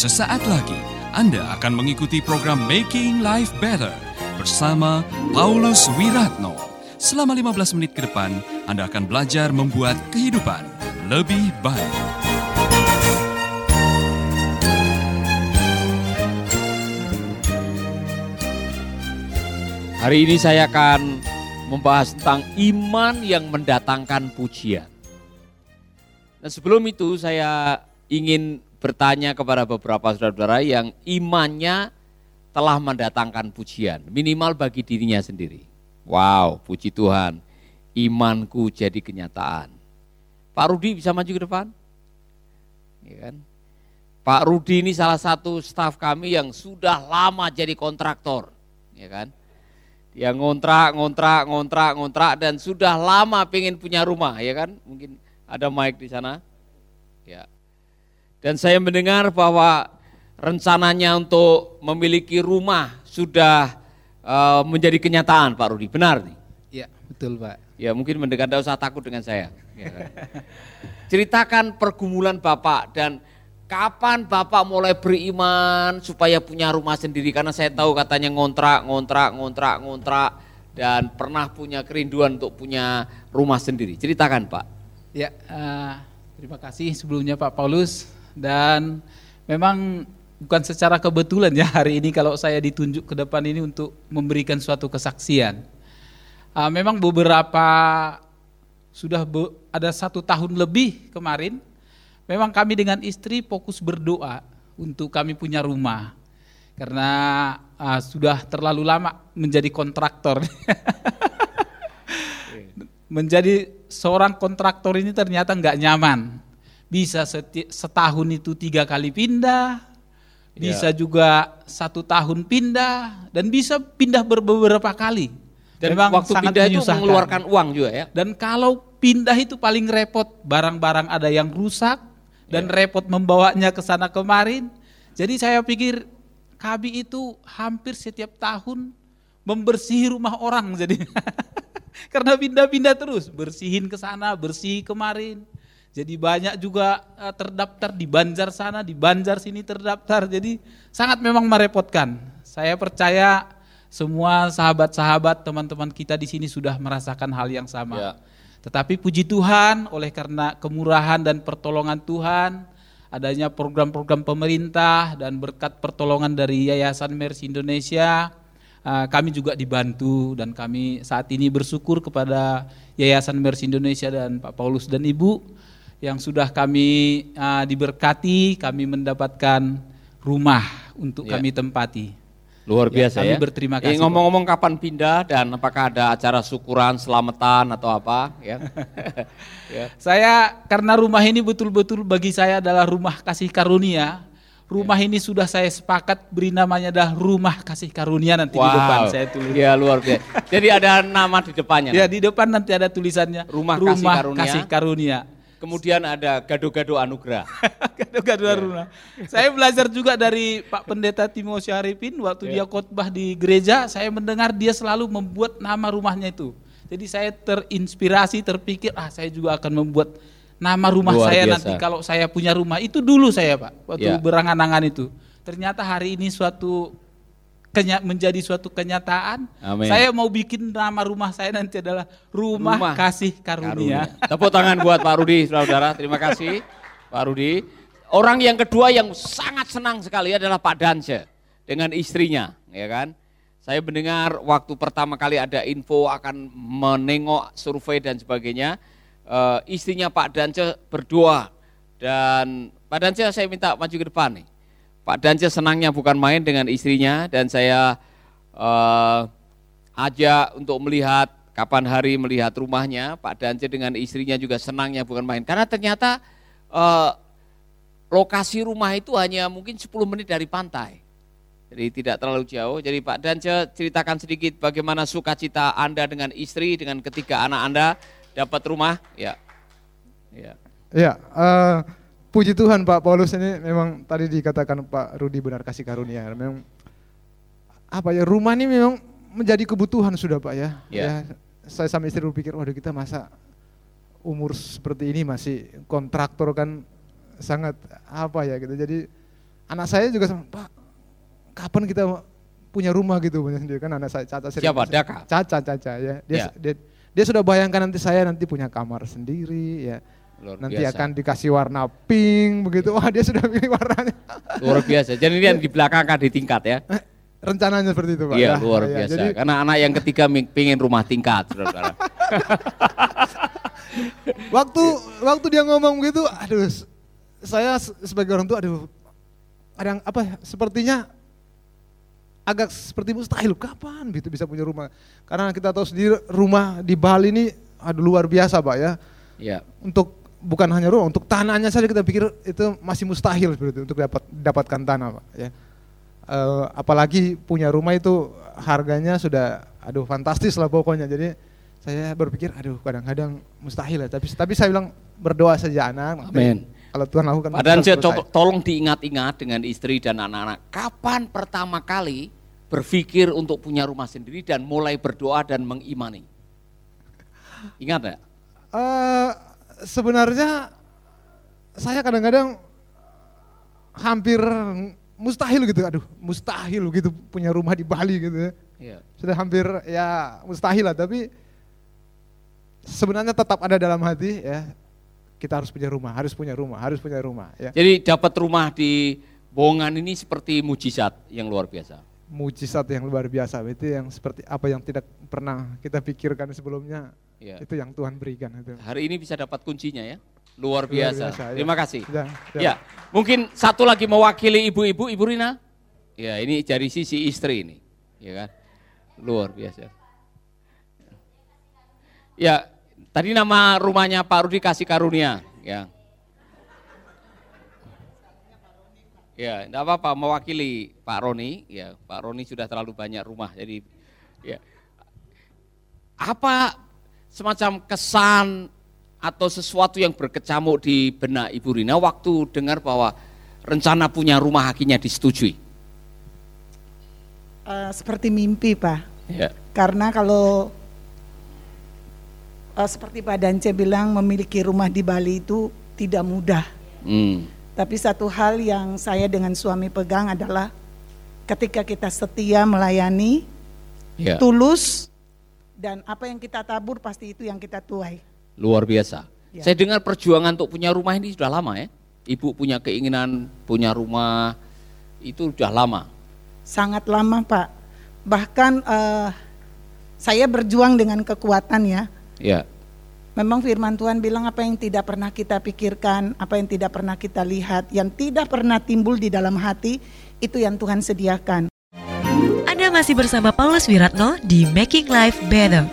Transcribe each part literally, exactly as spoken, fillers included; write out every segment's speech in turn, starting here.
Sesaat lagi Anda akan mengikuti program Making Life Better bersama Paulus Wiratno. Selama lima belas menit ke depan, Anda akan belajar membuat kehidupan lebih baik. Hari ini saya akan membahas tentang iman yang mendatangkan pujian. Nah, sebelum itu saya ingin bertanya kepada beberapa saudara-saudara yang imannya telah mendatangkan pujian, minimal bagi dirinya sendiri. Wow, puji Tuhan, imanku jadi kenyataan. Pak Rudi bisa maju ke depan? Ya kan? Pak Rudi ini salah satu staf kami yang sudah lama jadi kontraktor, ya kan? Dia ngontrak, ngontrak, ngontrak, ngontrak dan sudah lama pengen punya rumah, ya kan? Mungkin ada mic di sana. Ya. Dan saya mendengar bahwa rencananya untuk memiliki rumah sudah uh, menjadi kenyataan, Pak Rudi. Benar nih? Iya, betul, Pak. Ya, mungkin mendengar, tidak usah takut dengan saya. Ya. Ceritakan pergumulan Bapak dan kapan Bapak mulai beriman supaya punya rumah sendiri? Karena saya tahu katanya ngontrak, ngontrak, ngontrak, ngontrak dan pernah punya kerinduan untuk punya rumah sendiri. Ceritakan, Pak. Ya, uh, terima kasih sebelumnya Pak Paulus. Dan memang bukan secara kebetulan ya hari ini kalau saya ditunjuk ke depan ini untuk memberikan suatu kesaksian. Uh, memang beberapa sudah be, ada satu tahun lebih kemarin. Memang kami dengan istri fokus berdoa untuk kami punya rumah. Karena uh, sudah terlalu lama menjadi kontraktor. Menjadi seorang kontraktor ini ternyata enggak nyaman. Bisa seti, setahun itu tiga kali pindah, bisa yeah. juga satu tahun pindah, dan bisa pindah beberapa kali. Dan memang waktu sangat pindah itu menyusahkan. Mengeluarkan uang juga ya. Dan kalau pindah itu paling repot, barang-barang ada yang rusak, dan yeah. repot membawanya ke sana kemarin. Jadi saya pikir kami itu hampir setiap tahun membersihi rumah orang jadi karena pindah-pindah terus, bersihin ke sana, bersih kemarin. Jadi banyak juga uh, terdaftar di Banjar sana, di Banjar sini terdaftar. Jadi sangat memang merepotkan. Saya percaya semua sahabat-sahabat, teman-teman kita di sini sudah merasakan hal yang sama. Ya. Tetapi puji Tuhan, oleh karena kemurahan dan pertolongan Tuhan, adanya program-program pemerintah dan berkat pertolongan dari Yayasan Mercy Indonesia, uh, kami juga dibantu dan kami saat ini bersyukur kepada Yayasan Mercy Indonesia dan Pak Paulus dan Ibu yang sudah kami uh, diberkati, kami mendapatkan rumah untuk ya. kami tempati. Luar biasa ya. Kami ya. berterima kasih. Eh, ngomong-ngomong kapan pindah dan apakah ada acara syukuran, selamatan atau apa? Ya. ya. Saya karena rumah ini betul-betul bagi saya adalah rumah kasih karunia. Rumah ya. ini sudah saya sepakat beri namanya adalah rumah kasih karunia nanti wow. di depan saya tulis. Ya luar biasa. Jadi ada nama di depannya. Ya di depan nanti ada tulisannya rumah, rumah kasih karunia. Kasih karunia. Kemudian ada gado-gado anugerah. Gado-gado ya. anugerah. Saya belajar juga dari Pak Pendeta Timo Syarifin waktu ya. dia khotbah di gereja, saya mendengar dia selalu membuat nama rumahnya itu. Jadi saya terinspirasi, terpikir, ah saya juga akan membuat nama rumah Luar saya biasa. nanti kalau saya punya rumah. Itu dulu saya Pak, waktu ya. berangan-angan itu. Ternyata hari ini suatu Kenya, menjadi suatu kenyataan. Amin. Saya mau bikin nama rumah saya nanti adalah Rumah, rumah Kasih Karunia. Karunia. Tepuk tangan buat Pak Rudi, saudara-saudara. Terima kasih Pak Rudi. Orang yang kedua yang sangat senang sekali adalah Pak Dance dengan istrinya, ya kan? Saya mendengar waktu pertama kali ada info akan menengok survei dan sebagainya, uh, istrinya Pak Dance berdoa dan Pak Dance saya minta maju ke depan nih. Pak Dance senangnya bukan main dengan istrinya dan saya uh, ajak untuk melihat kapan hari melihat rumahnya. Pak Dance dengan istrinya juga senangnya bukan main karena ternyata uh, lokasi rumah itu hanya mungkin sepuluh menit dari pantai. Jadi tidak terlalu jauh. Jadi Pak Dance ceritakan sedikit bagaimana sukacita Anda dengan istri, dengan ketiga anak Anda dapat rumah. Ya, ya. Ya. Uh... Puji Tuhan Pak Paulus ini memang tadi dikatakan Pak Rudi benar kasih karunia. Memang apa ya rumah ini memang menjadi kebutuhan sudah Pak ya. Yeah. Ya saya sama istri berpikir waduh kita masa umur seperti ini masih kontraktor kan sangat apa ya gitu. Jadi anak saya juga sama, Pak, kapan kita punya rumah gitu sendiri kan anak saya Caca. Siapa? Daka? Caca, Caca ya. Dia, ya. dia dia sudah bayangkan nanti saya nanti punya kamar sendiri ya. Luar nanti biasa. akan dikasih warna pink begitu. Wah, dia sudah pilih warnanya. Luar biasa. Jadi dia di belakang akan ditingkat ya. Rencananya seperti itu, Pak. Iya, Ya, luar ya, biasa. jadi, Karena anak yang ketiga pingin rumah tingkat, Saudara. waktu waktu dia ngomong gitu, aduh, saya sebagai orang tua, aduh, ada yang apa? Sepertinya agak seperti mustahil. Kapan gitu bisa punya rumah? Karena kita tahu sendiri rumah di Bali ini, aduh luar biasa, Pak ya. Iya. Untuk bukan hanya rumah, untuk tanahnya saja kita pikir itu masih mustahil seperti itu untuk dapat dapatkan tanah, Pak ya. Uh, apalagi punya rumah itu harganya sudah aduh fantastis lah pokoknya. Jadi saya berpikir aduh kadang-kadang mustahil ya, tapi tapi saya bilang berdoa saja anak. Amin. Kalau Tuhan lakukan. Pak Dance, to- tolong diingat-ingat dengan istri dan anak-anak. Kapan pertama kali berpikir untuk punya rumah sendiri dan mulai berdoa dan mengimani? Ingat enggak? Uh, sebenarnya saya kadang-kadang hampir mustahil gitu, aduh mustahil gitu punya rumah di Bali gitu ya. Iya. Sudah hampir ya mustahil lah, tapi sebenarnya tetap ada dalam hati ya, kita harus punya rumah, harus punya rumah, harus punya rumah ya. Jadi dapat rumah di Bongan ini seperti mujizat yang luar biasa. Mujizat yang luar biasa, itu yang seperti apa yang tidak pernah kita pikirkan sebelumnya, Ya. itu yang Tuhan berikan. Itu. Hari ini bisa dapat kuncinya ya, luar biasa. Luar biasa, ya. Terima kasih. Ya, ya. Ya, mungkin satu lagi mewakili ibu-ibu, Ibu Rina. Ya, ini dari sisi istri ini, ya kan, luar biasa. Ya, tadi nama rumahnya Pak Rudi Kasih Karunia, ya. Ya, enggak apa-apa mewakili Pak Roni, ya. Pak Roni sudah terlalu banyak rumah, jadi ya. Apa semacam kesan atau sesuatu yang berkecamuk di benak Ibu Rina waktu dengar bahwa rencana punya rumah akhirnya disetujui? Uh, seperti mimpi, Pak. Ya. Karena kalau uh, seperti Pak Dance bilang memiliki rumah di Bali itu tidak mudah. Hmm. Tapi satu hal yang saya dengan suami pegang adalah ketika kita setia melayani, Ya. tulus, dan apa yang kita tabur pasti itu yang kita tuai. Luar biasa. Ya. Saya dengar perjuangan untuk punya rumah ini sudah lama ya. Ibu punya keinginan punya rumah itu sudah lama. Sangat lama, Pak. Bahkan uh, saya berjuang dengan kekuatan ya. Ya. Memang firman Tuhan bilang apa yang tidak pernah kita pikirkan, apa yang tidak pernah kita lihat, yang tidak pernah timbul di dalam hati, itu yang Tuhan sediakan. Anda masih bersama Paulus Wiratno di Making Life Better.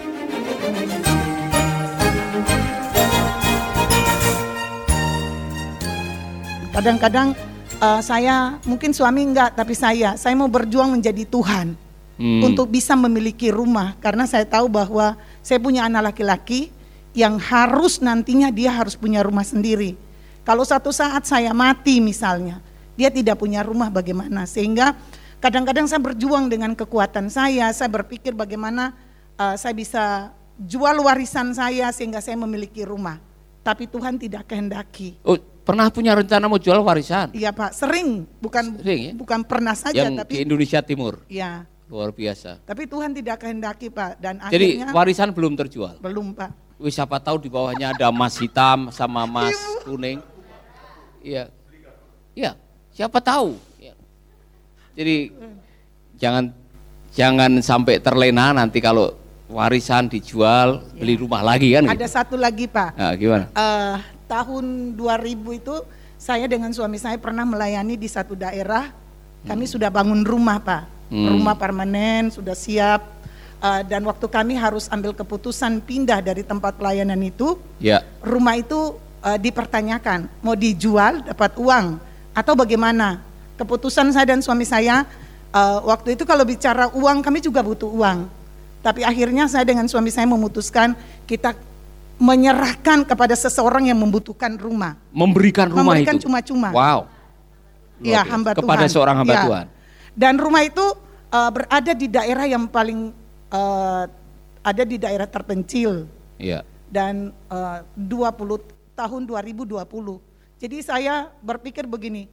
Kadang-kadang uh, saya, mungkin suami enggak, tapi saya, saya mau berjuang menjadi Tuhan. Hmm. Untuk bisa memiliki rumah, karena saya tahu bahwa saya punya anak laki-laki yang harus nantinya dia harus punya rumah sendiri. Kalau satu saat saya mati misalnya, dia tidak punya rumah bagaimana? Sehingga kadang-kadang saya berjuang dengan kekuatan saya, saya berpikir bagaimana uh, saya bisa jual warisan saya sehingga saya memiliki rumah. Tapi Tuhan tidak kehendaki. Oh, pernah punya rencana mau jual warisan? Iya Pak, sering, bukan Sering, ya? bukan pernah saja, Yang tapi di Indonesia Timur. ya. Luar biasa. Tapi Tuhan tidak kehendaki Pak, dan Jadi akhirnya warisan belum terjual. belum Pak. Wih, siapa tahu di bawahnya ada emas hitam sama emas kuning. Iya. Iya, siapa tahu. Ya. Jadi jangan jangan sampai terlena nanti kalau warisan dijual, ya. Beli rumah lagi kan. Ada gitu. satu lagi Pak. Nah, gimana? Uh, tahun dua ribu itu saya dengan suami saya pernah melayani di satu daerah. Kami hmm. sudah bangun rumah Pak. Hmm. Rumah permanen sudah siap. Uh, dan waktu kami harus ambil keputusan pindah dari tempat pelayanan itu, ya. Rumah itu uh, dipertanyakan mau dijual dapat uang atau bagaimana. Keputusan saya dan suami saya uh, waktu itu kalau bicara uang kami juga butuh uang. Tapi akhirnya saya dengan suami saya memutuskan kita menyerahkan kepada seseorang yang membutuhkan rumah. Memberikan rumah Memberikan itu? Memberikan cuma-cuma. Wow. Iya, hamba kepada Tuhan. Kepada seorang hamba ya. Tuhan. Dan rumah itu uh, berada di daerah yang paling Uh, ada di daerah terpencil, yeah. Dan uh, dua puluh tahun dua ribu dua puluh. Jadi saya berpikir begini,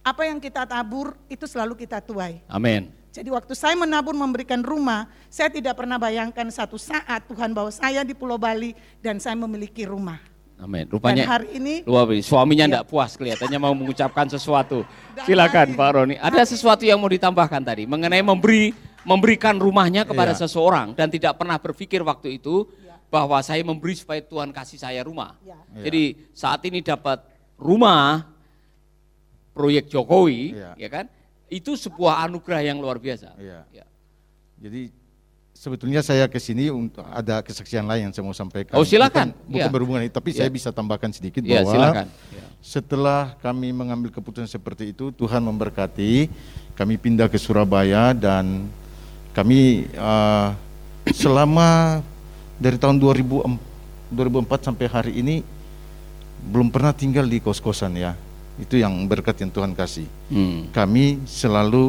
apa yang kita tabur itu selalu kita tuai. Amin. Jadi waktu saya menabur memberikan rumah, saya tidak pernah bayangkan satu saat Tuhan bawa saya di Pulau Bali dan saya memiliki rumah. Amin. Rupanya dan hari ini luar biasa. Suaminya iya. enggak puas kelihatannya mau mengucapkan sesuatu. Silakan Pak Roni. Ada sesuatu yang mau ditambahkan tadi mengenai memberi memberikan rumahnya kepada iya. seseorang dan tidak pernah berpikir waktu itu iya. bahwa saya memberi supaya Tuhan kasih saya rumah. Iya. Jadi saat ini dapat rumah proyek Jokowi, iya. ya kan? Itu sebuah anugerah yang luar biasa. Iya. Ya. Jadi sebetulnya saya ke sini untuk ada kesaksian lain yang saya mau sampaikan. Oh silakan. Bukan, bukan ya. berhubungan itu, tapi ya. saya bisa tambahkan sedikit ya, bahwa silakan. Ya. setelah kami mengambil keputusan seperti itu, Tuhan memberkati. Kami pindah ke Surabaya dan kami uh, selama dari tahun dua ribu empat sampai hari ini belum pernah tinggal di kos-kosan ya. Itu yang berkat yang Tuhan kasih. Hmm. Kami selalu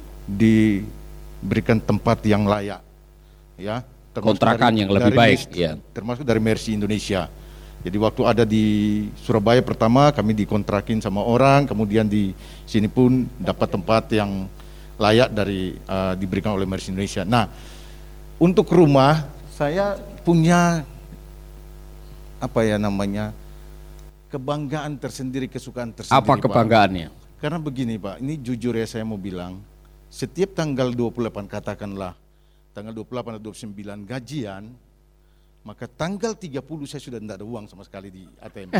diberikan tempat yang layak, ya. Kontrakan dari, yang lebih baik, Mercy, ya. Termasuk dari Mercy Indonesia. Jadi waktu ada di Surabaya pertama kami dikontrakin sama orang, kemudian di sini pun dapat tempat yang layak dari uh, diberikan oleh Mercy Indonesia. Nah, untuk rumah saya punya apa ya namanya? kebanggaan tersendiri, kesukaan tersendiri. Apa kebanggaannya? Pak. Karena begini Pak, ini jujur ya saya mau bilang, setiap tanggal dua puluh delapan katakanlah, tanggal dua puluh delapan atau dua puluh sembilan gajian, maka tanggal tiga puluh saya sudah tidak ada uang sama sekali di A T M.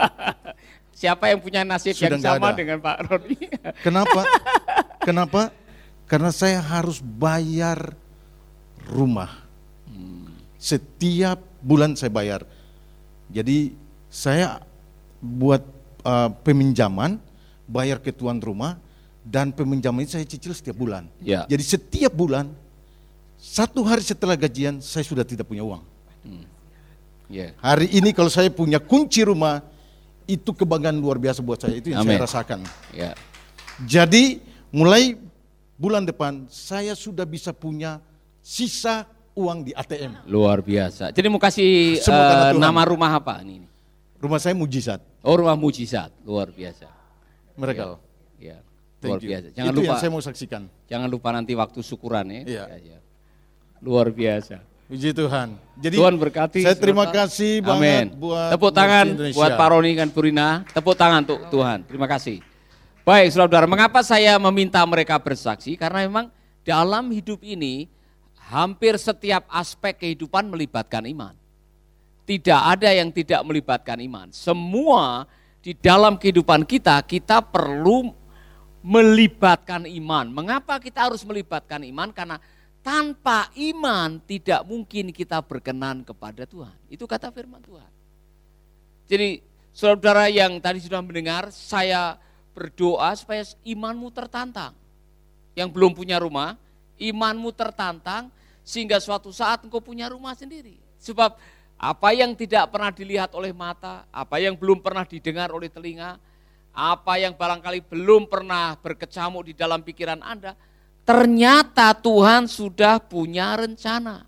Siapa yang punya nasib sudah yang sama ada. Dengan Pak Roni? Kenapa? Kenapa? Karena saya harus bayar rumah. Hmm. Setiap bulan saya bayar. Jadi saya buat uh, peminjaman, bayar ke tuan rumah, dan peminjaman itu saya cicil setiap bulan. Ya. Jadi setiap bulan, satu hari setelah gajian, saya sudah tidak punya uang. Hmm. Yeah. Hari ini kalau saya punya kunci rumah, itu kebanggaan luar biasa buat saya, itu yang Amen. Saya rasakan. Yeah. Jadi mulai bulan depan, saya sudah bisa punya sisa uang di A T M. Luar biasa. Jadi mau kasih uh, nama rumah apa ini? Rumah saya Mujizat. Oh, rumah Mujizat, luar biasa. Mereka. Ya, ya. Luar biasa. Jangan itu lupa. Yang saya mau saksikan. Jangan lupa nanti waktu syukuran ya. Iya. Ya, ya. Luar biasa. Puji Tuhan. Jadi Tuhan berkati. Saya terima kasih banget Amen. buat tepuk tangan buat Pak Roni dan Purina. Tepuk tangan untuk Tuhan. Terima kasih. Baik, saudara-saudara, mengapa saya meminta mereka bersaksi? Karena memang dalam hidup ini hampir setiap aspek kehidupan melibatkan iman. Tidak ada yang tidak melibatkan iman. Semua di dalam kehidupan kita, kita perlu melibatkan iman. Mengapa kita harus melibatkan iman? Karena tanpa iman tidak mungkin kita berkenan kepada Tuhan. Itu kata firman Tuhan. Jadi saudara yang tadi sudah mendengar, saya berdoa supaya imanmu tertantang. Yang belum punya rumah, imanmu tertantang sehingga suatu saat engkau punya rumah sendiri. Sebab apa yang tidak pernah dilihat oleh mata, apa yang belum pernah didengar oleh telinga, apa yang barangkali belum pernah berkecamuk di dalam pikiran Anda, ternyata Tuhan sudah punya rencana.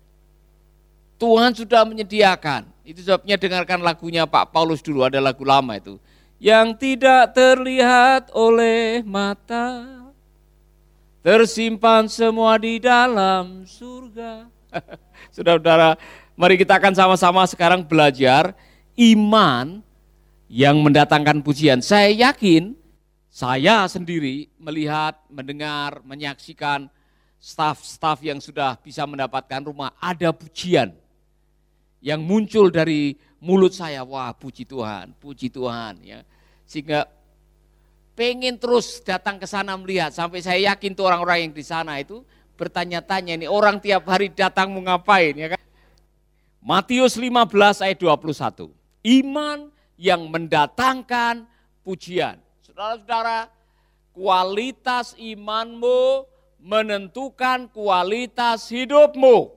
Tuhan sudah menyediakan. Itu sebabnya dengarkan lagunya Pak Paulus dulu, ada lagu lama itu. Yang tidak terlihat oleh mata, tersimpan semua di dalam surga. Saudara-saudara, mari kita akan sama-sama sekarang belajar iman yang mendatangkan pujian. Saya yakin, saya sendiri melihat, mendengar, menyaksikan staf-staf yang sudah bisa mendapatkan rumah, ada pujian yang muncul dari mulut saya. Wah, puji Tuhan, puji Tuhan. Ya. Sehingga pengen terus datang ke sana melihat, sampai saya yakin tuh orang-orang yang di sana itu bertanya-tanya, ini orang tiap hari datang mau ngapain, ya kan? Matius lima belas ayat dua puluh satu. Iman yang mendatangkan pujian. Saudara-saudara, kualitas imanmu menentukan kualitas hidupmu.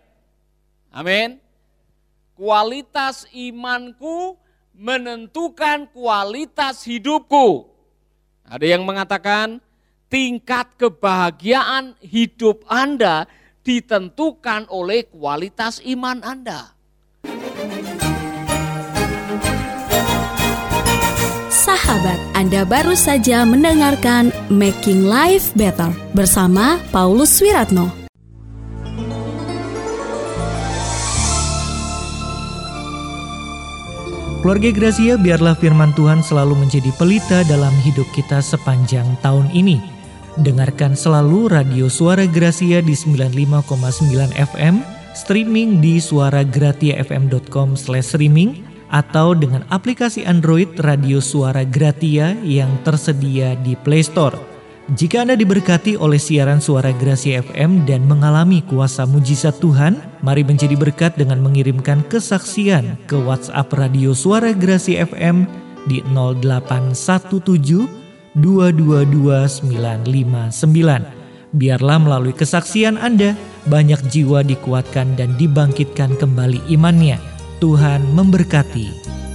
Amin. Kualitas imanku menentukan kualitas hidupku. Ada yang mengatakan tingkat kebahagiaan hidup Anda ditentukan oleh kualitas iman Anda. Sahabat, Anda baru saja mendengarkan Making Life Better bersama Paulus Wiratno. Keluarga Gracia, biarlah firman Tuhan selalu menjadi pelita dalam hidup kita sepanjang tahun ini. Dengarkan selalu Radio Suara Gracia di sembilan puluh lima koma sembilan F M, streaming di suaragratia f m dot com slash streaming, atau dengan aplikasi Android Radio Suara Gratia yang tersedia di Play Store. Jika Anda diberkati oleh siaran Suara Gracia F M dan mengalami kuasa mujizat Tuhan, mari menjadi berkat dengan mengirimkan kesaksian ke WhatsApp Radio Suara Gracia F M di nol delapan satu tujuh dua dua dua sembilan lima sembilan. Biarlah melalui kesaksian Anda, banyak jiwa dikuatkan dan dibangkitkan kembali imannya. Tuhan memberkati.